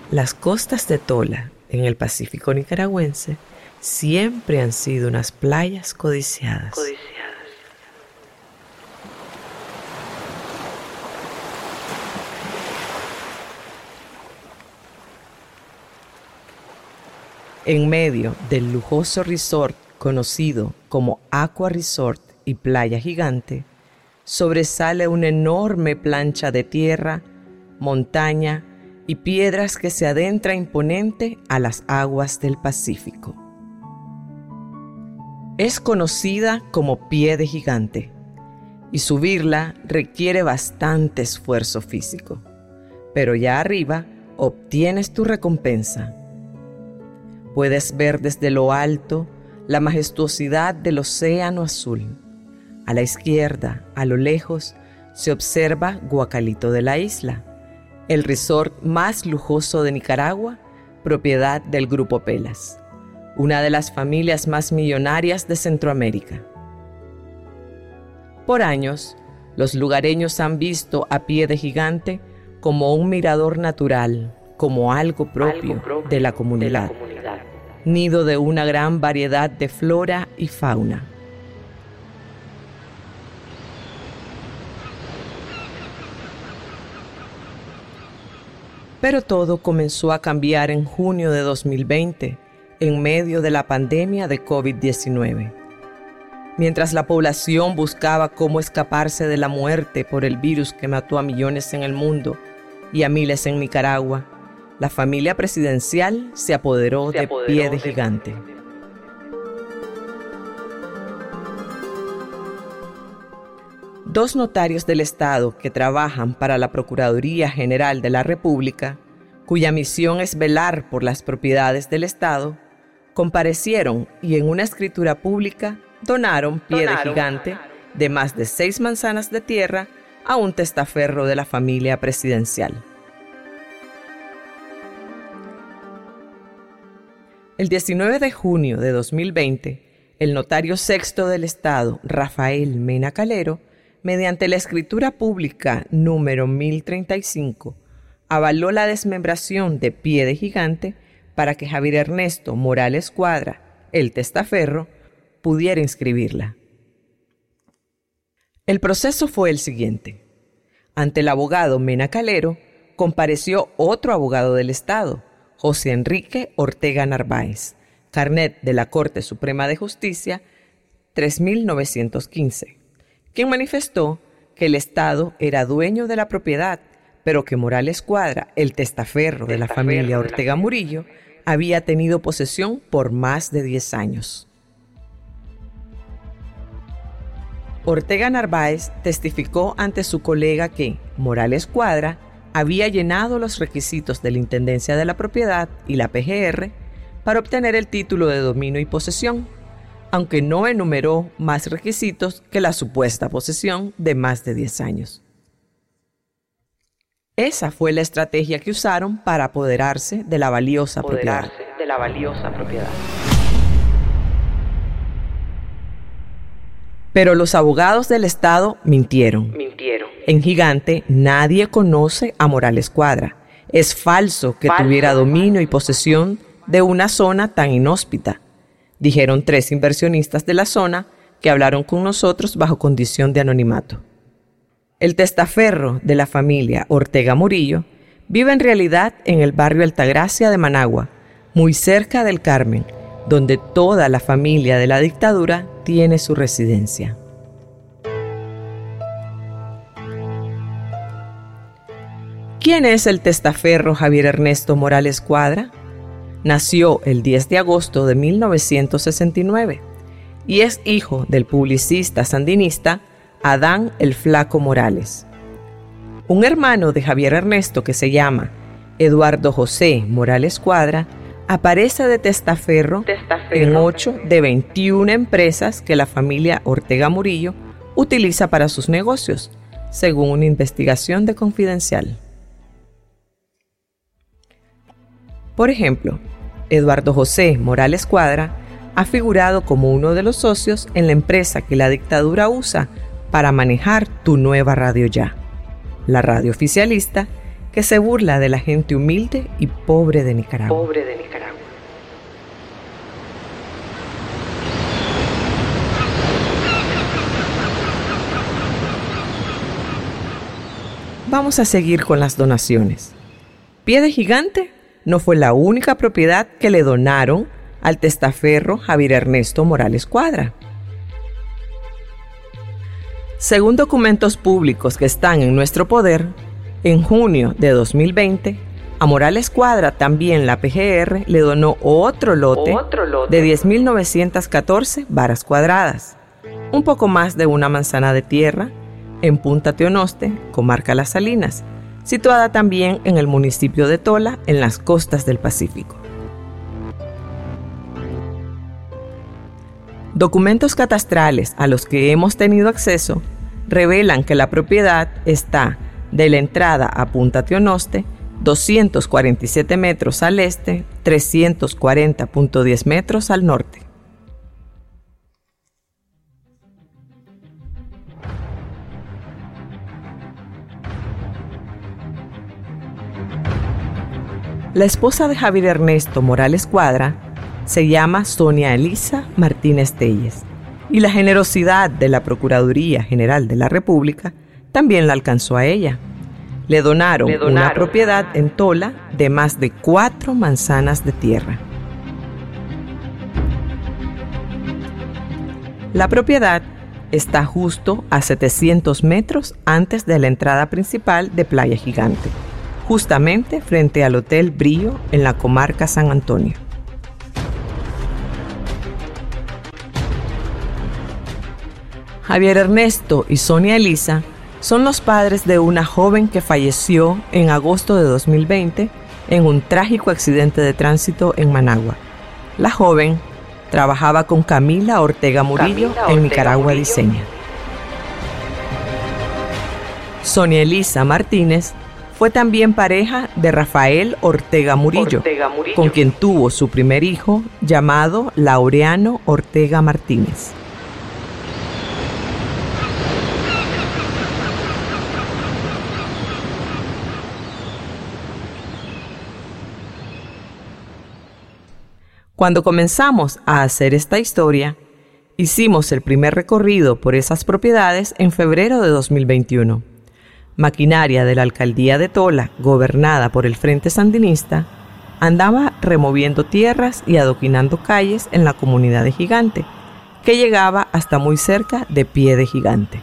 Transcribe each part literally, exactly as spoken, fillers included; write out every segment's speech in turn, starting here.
Las costas de Tola, en el Pacífico nicaragüense, siempre han sido unas playas codiciadas. codiciadas. En medio del lujoso resort conocido como Aqua Resort y Playa Gigante, sobresale una enorme plancha de tierra, montaña y piedras que se adentra imponente a las aguas del Pacífico. Es conocida como Pie de Gigante y subirla requiere bastante esfuerzo físico, pero ya arriba obtienes tu recompensa. Puedes ver desde lo alto la majestuosidad del océano azul. A la izquierda, a lo lejos, se observa Guacalito de la Isla, el resort más lujoso de Nicaragua, propiedad del Grupo Pelas, una de las familias más millonarias de Centroamérica. Por años, los lugareños han visto a Pie de Gigante como un mirador natural, como algo propio, algo propio de la comunidad. De la comunidad. Nido de una gran variedad de flora y fauna. Pero todo comenzó a cambiar en junio de dos mil veinte, en medio de la pandemia de COVID diecinueve. Mientras la población buscaba cómo escaparse de la muerte por el virus que mató a millones en el mundo y a miles en Nicaragua, la familia presidencial se apoderó, se apoderó de Pie de, de Gigante. Dos notarios del Estado que trabajan para la Procuraduría General de la República, cuya misión es velar por las propiedades del Estado, comparecieron y en una escritura pública donaron Pie donaron. de Gigante de más de seis manzanas de tierra a un testaferro de la familia presidencial. El diecinueve de junio de dos mil veinte, el notario sexto del Estado, Rafael Mena Calero, mediante la escritura pública número mil treinta y cinco, avaló la desmembración de Pie de Gigante para que Javier Ernesto Morales Cuadra, el testaferro, pudiera inscribirla. El proceso fue el siguiente. Ante el abogado Mena Calero, compareció otro abogado del Estado, José Enrique Ortega Narváez, carnet de la Corte Suprema de Justicia tres mil novecientos quince, quien manifestó que el Estado era dueño de la propiedad, pero que Morales Cuadra, el testaferro de la familia Ortega Murillo, había tenido posesión por más de diez años. Ortega Narváez testificó ante su colega que Morales Cuadra había llenado los requisitos de la Intendencia de la Propiedad y la P G R para obtener el título de dominio y posesión, aunque no enumeró más requisitos que la supuesta posesión de más de diez años. Esa fue la estrategia que usaron para apoderarse de la valiosa propiedad. de la valiosa propiedad. Pero los abogados del Estado mintieron. Mintieron. En Gigante nadie conoce a Morales Cuadra. Es falso que falso, tuviera dominio falso. y posesión de una zona tan inhóspita, dijeron tres inversionistas de la zona que hablaron con nosotros bajo condición de anonimato. El testaferro de la familia Ortega Murillo vive en realidad en el barrio Altagracia de Managua, muy cerca del Carmen, donde toda la familia de la dictadura tiene su residencia. ¿Quién es el testaferro Javier Ernesto Morales Cuadra? Nació el diez de agosto de mil novecientos sesenta y nueve y es hijo del publicista sandinista Adán el Flaco Morales. Un hermano de Javier Ernesto que se llama Eduardo José Morales Cuadra aparece de testaferro, testaferro en ocho de veintiuna empresas que la familia Ortega Murillo utiliza para sus negocios, según una investigación de Confidencial. Por ejemplo, Eduardo José Morales Cuadra ha figurado como uno de los socios en la empresa que la dictadura usa para manejar Tu Nueva Radio Ya, la radio oficialista que se burla de la gente humilde y pobre de Nicaragua. Pobre de Nicaragua. Vamos a seguir con las donaciones. Pie de Gigante no fue la única propiedad que le donaron al testaferro Javier Ernesto Morales Cuadra. Según documentos públicos que están en nuestro poder, en junio de dos mil veinte, a Morales Cuadra también la P G R le donó otro lote, Otro lote. de diez mil novecientas catorce varas cuadradas, un poco más de una manzana de tierra, en Punta Teonoste, comarca Las Salinas, situada también en el municipio de Tola, en las costas del Pacífico. Documentos catastrales a los que hemos tenido acceso revelan que la propiedad está de la entrada a Punta Teonoste, doscientos cuarenta y siete metros al este, trescientos cuarenta punto diez metros al norte. La esposa de Javier Ernesto Morales Cuadra se llama Sonia Elisa Martínez Telles, y la generosidad de la Procuraduría General de la República también la alcanzó a ella. Le donaron, Le donaron una propiedad en Tola de más de cuatro manzanas de tierra. La propiedad está justo a setecientos metros antes de la entrada principal de Playa Gigante, justamente frente al Hotel Brío en la comarca San Antonio. Javier Ernesto y Sonia Elisa son los padres de una joven que falleció en agosto de dos mil veinte en un trágico accidente de tránsito en Managua. La joven trabajaba con Camila Ortega Murillo Camila Ortega en Nicaragua Murillo. Diseña. Sonia Elisa Martínez fue también pareja de Rafael Ortega Murillo, Ortega Murillo, con quien tuvo su primer hijo llamado Laureano Ortega Martínez. Cuando comenzamos a hacer esta historia, hicimos el primer recorrido por esas propiedades en febrero de dos mil veintiuno. Maquinaria de la alcaldía de Tola, gobernada por el Frente Sandinista, andaba removiendo tierras y adoquinando calles en la comunidad de Gigante, que llegaba hasta muy cerca de Pie de Gigante.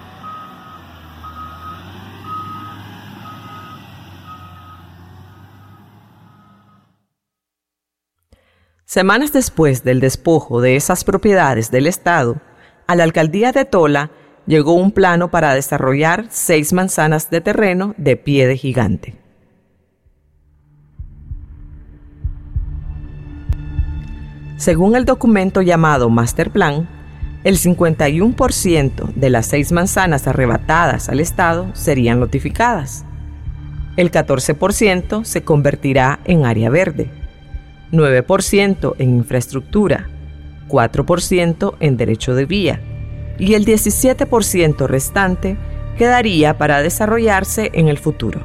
Semanas después del despojo de esas propiedades del Estado, a la alcaldía de Tola llegó un plano para desarrollar seis manzanas de terreno de Pie de Gigante. Según el documento llamado Master Plan, el cincuenta y uno por ciento de las seis manzanas arrebatadas al Estado serían notificadas. El catorce por ciento se convertirá en área verde, nueve por ciento en infraestructura, cuatro por ciento en derecho de vía, y el diecisiete por ciento restante quedaría para desarrollarse en el futuro.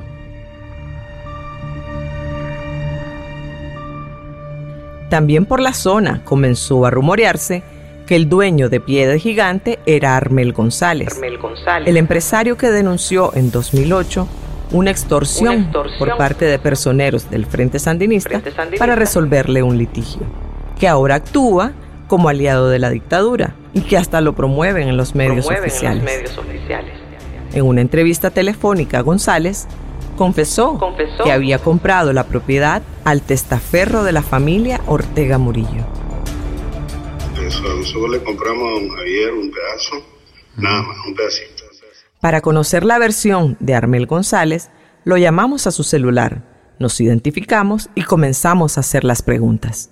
También por la zona comenzó a rumorearse que el dueño de Pie de Gigante era Armel González, Armel González, el empresario que denunció en dos mil ocho una extorsión, una extorsión por parte de personeros del Frente Sandinista, Frente Sandinista para resolverle un litigio, que ahora actúa como aliado de la dictadura y que hasta lo promueven en los medios, oficiales. En los medios oficiales. En una entrevista telefónica, González confesó, confesó que había comprado la propiedad al testaferro de la familia Ortega Murillo. Eso, nosotros le compramos a don Javier un pedazo, nada más, un pedacito. Para conocer la versión de Armel González, lo llamamos a su celular, nos identificamos y comenzamos a hacer las preguntas.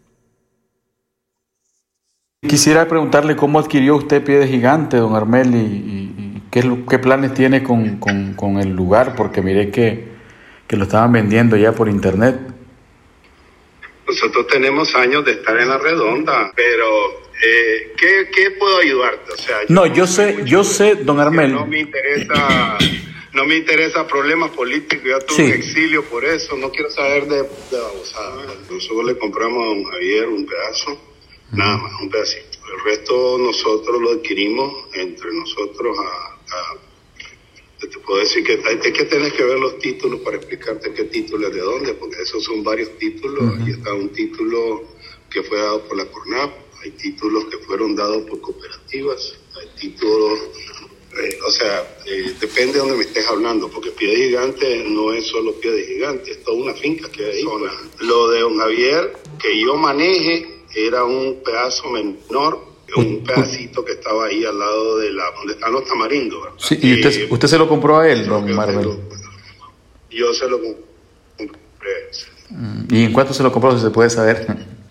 Quisiera preguntarle cómo adquirió usted Pie de Gigante, don Armel, y, y, y qué, qué planes tiene con, con, con el lugar, porque miré que, que lo estaban vendiendo ya por internet. Nosotros tenemos años de estar en la redonda, pero eh, ¿qué, qué puedo ayudarte? O sea, yo no, yo sé, yo sé, don Armel. No me interesa no me interesa problemas políticos, ya tuve Sí. un exilio por eso, no quiero saber de, de babosadas. Nosotros le compramos a don Javier un pedazo, nada más, un pedacito. El resto nosotros lo adquirimos entre nosotros a... a te puedo decir que hay que tenés que ver los títulos para explicarte qué título es de dónde, porque esos son varios títulos. Uh-huh. Ahí está un título que fue dado por la CORNAP, hay títulos que fueron dados por cooperativas, hay títulos, eh, o sea, eh, depende de dónde me estés hablando, porque Pie de Gigante no es solo Pie de Gigante, es toda una finca que hay ahí. Lo de don Javier, que yo maneje, era un pedazo menor, un pedacito que estaba ahí al lado de la donde están los tamarindos, ¿verdad? Sí, y usted, usted se lo compró a él, don Marvel. Lo, yo se lo compré. ¿Y en cuánto se lo compró, si se puede saber?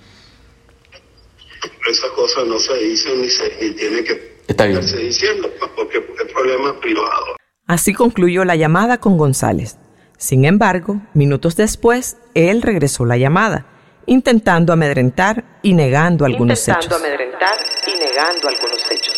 Esas cosas no se dicen ni se ni tiene que Está bien. estarse diciendo, porque el problema es privado. Así concluyó la llamada con González. Sin embargo, minutos después, él regresó la llamada, intentando amedrentar y negando algunos intentando hechos. amedrentar y negando algunos hechos.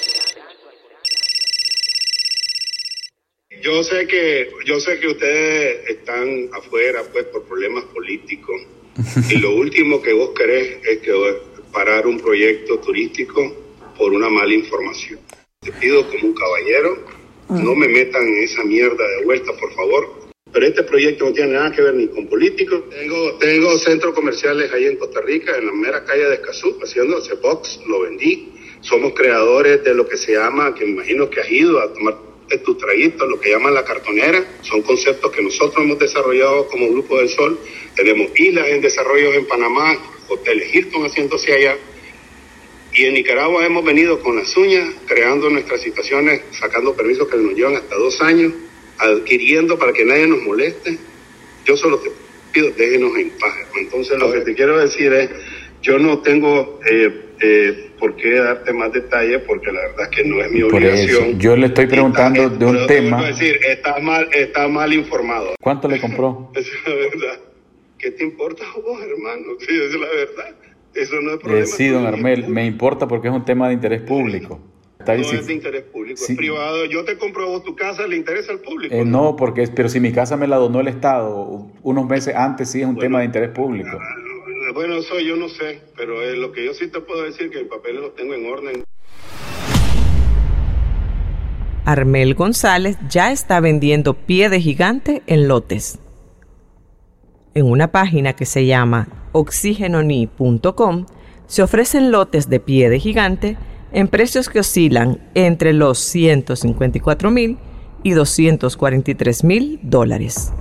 Yo sé que yo sé que ustedes están afuera pues por problemas políticos y lo último que vos querés es que parar un proyecto turístico por una mala información. Te pido como un caballero, no me metan en esa mierda de vuelta, por favor. Pero este proyecto no tiene nada que ver ni con políticos. Tengo, tengo centros comerciales ahí en Costa Rica, en la mera calle de Escazú, haciendo ese box, lo vendí. Somos creadores de lo que se llama, que me imagino que has ido a tomar tus traguitos, lo que llaman la cartonera. Son conceptos que nosotros hemos desarrollado como Grupo del Sol. Tenemos islas en desarrollo en Panamá, hoteles Hilton haciéndose allá. Y en Nicaragua hemos venido con las uñas, creando nuestras situaciones, sacando permisos que nos llevan hasta dos años, adquiriendo para que nadie nos moleste. Yo solo te pido, déjenos en paz. Entonces lo que te quiero decir es, yo no tengo eh, eh, por qué darte más detalles, porque la verdad es que no es mi obligación. Por eso, yo le estoy preguntando está, de un tema. Es decir, estás mal, estás mal informado. ¿Cuánto le compró? Esa es la verdad. ¿Qué te importa vos, hermano? Sí, esa es la verdad. Eso no es problema. Eh, sí, don Armel, me importa porque es un tema de interés público. Está no es de interés público, sí. Es privado. Yo te compro a vos tu casa, ¿le interesa al público? Eh, no, porque pero si mi casa me la donó el Estado unos meses antes, sí es un bueno, tema de interés público. Bueno, eso yo no sé, pero eh, lo que yo sí te puedo decir es que mis papeles los tengo en orden. Armel González ya está vendiendo Pie de Gigante en lotes. En una página que se llama oxigenoni punto com se ofrecen lotes de Pie de Gigante en precios que oscilan entre los ciento cincuenta y cuatro mil y doscientos cuarenta y tres mil dólares.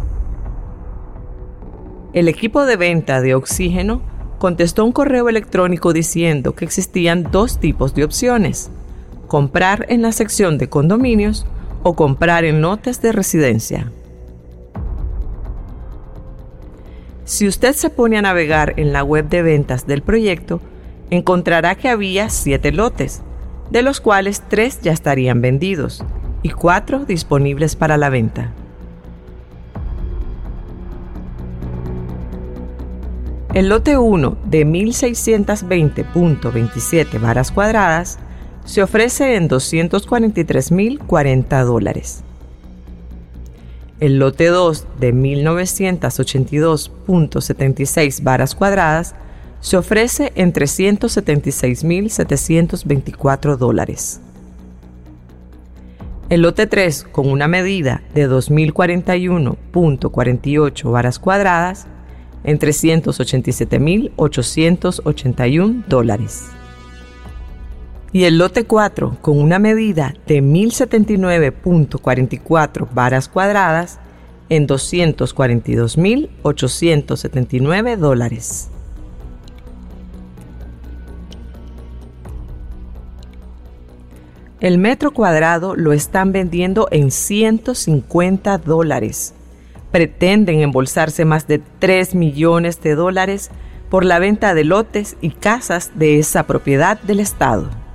El equipo de venta de Oxígeno contestó un correo electrónico diciendo que existían dos tipos de opciones: comprar en la sección de condominios o comprar en lotes de residencia. Si usted se pone a navegar en la web de ventas del proyecto, encontrará que había siete lotes, de los cuales tres ya estarían vendidos y cuatro disponibles para la venta. El lote uno de mil seiscientos veinte punto veintisiete varas cuadradas se ofrece en doscientos cuarenta y tres mil cuarenta dólares. El lote dos de mil novecientos ochenta y dos punto setenta y seis varas cuadradas se ofrece en trescientos setenta y seis mil setecientos veinticuatro dólares. El lote tres, con una medida de dos mil cuarenta y uno punto cuarenta y ocho varas cuadradas, en trescientos ochenta y siete mil ochocientos ochenta y uno dólares. Y el lote cuatro, con una medida de mil setenta y nueve punto cuarenta y cuatro varas cuadradas, en doscientos cuarenta y dos mil ochocientos setenta y nueve dólares. El metro cuadrado lo están vendiendo en ciento cincuenta dólares. Pretenden embolsarse más de tres millones de dólares por la venta de lotes y casas de esa propiedad del Estado.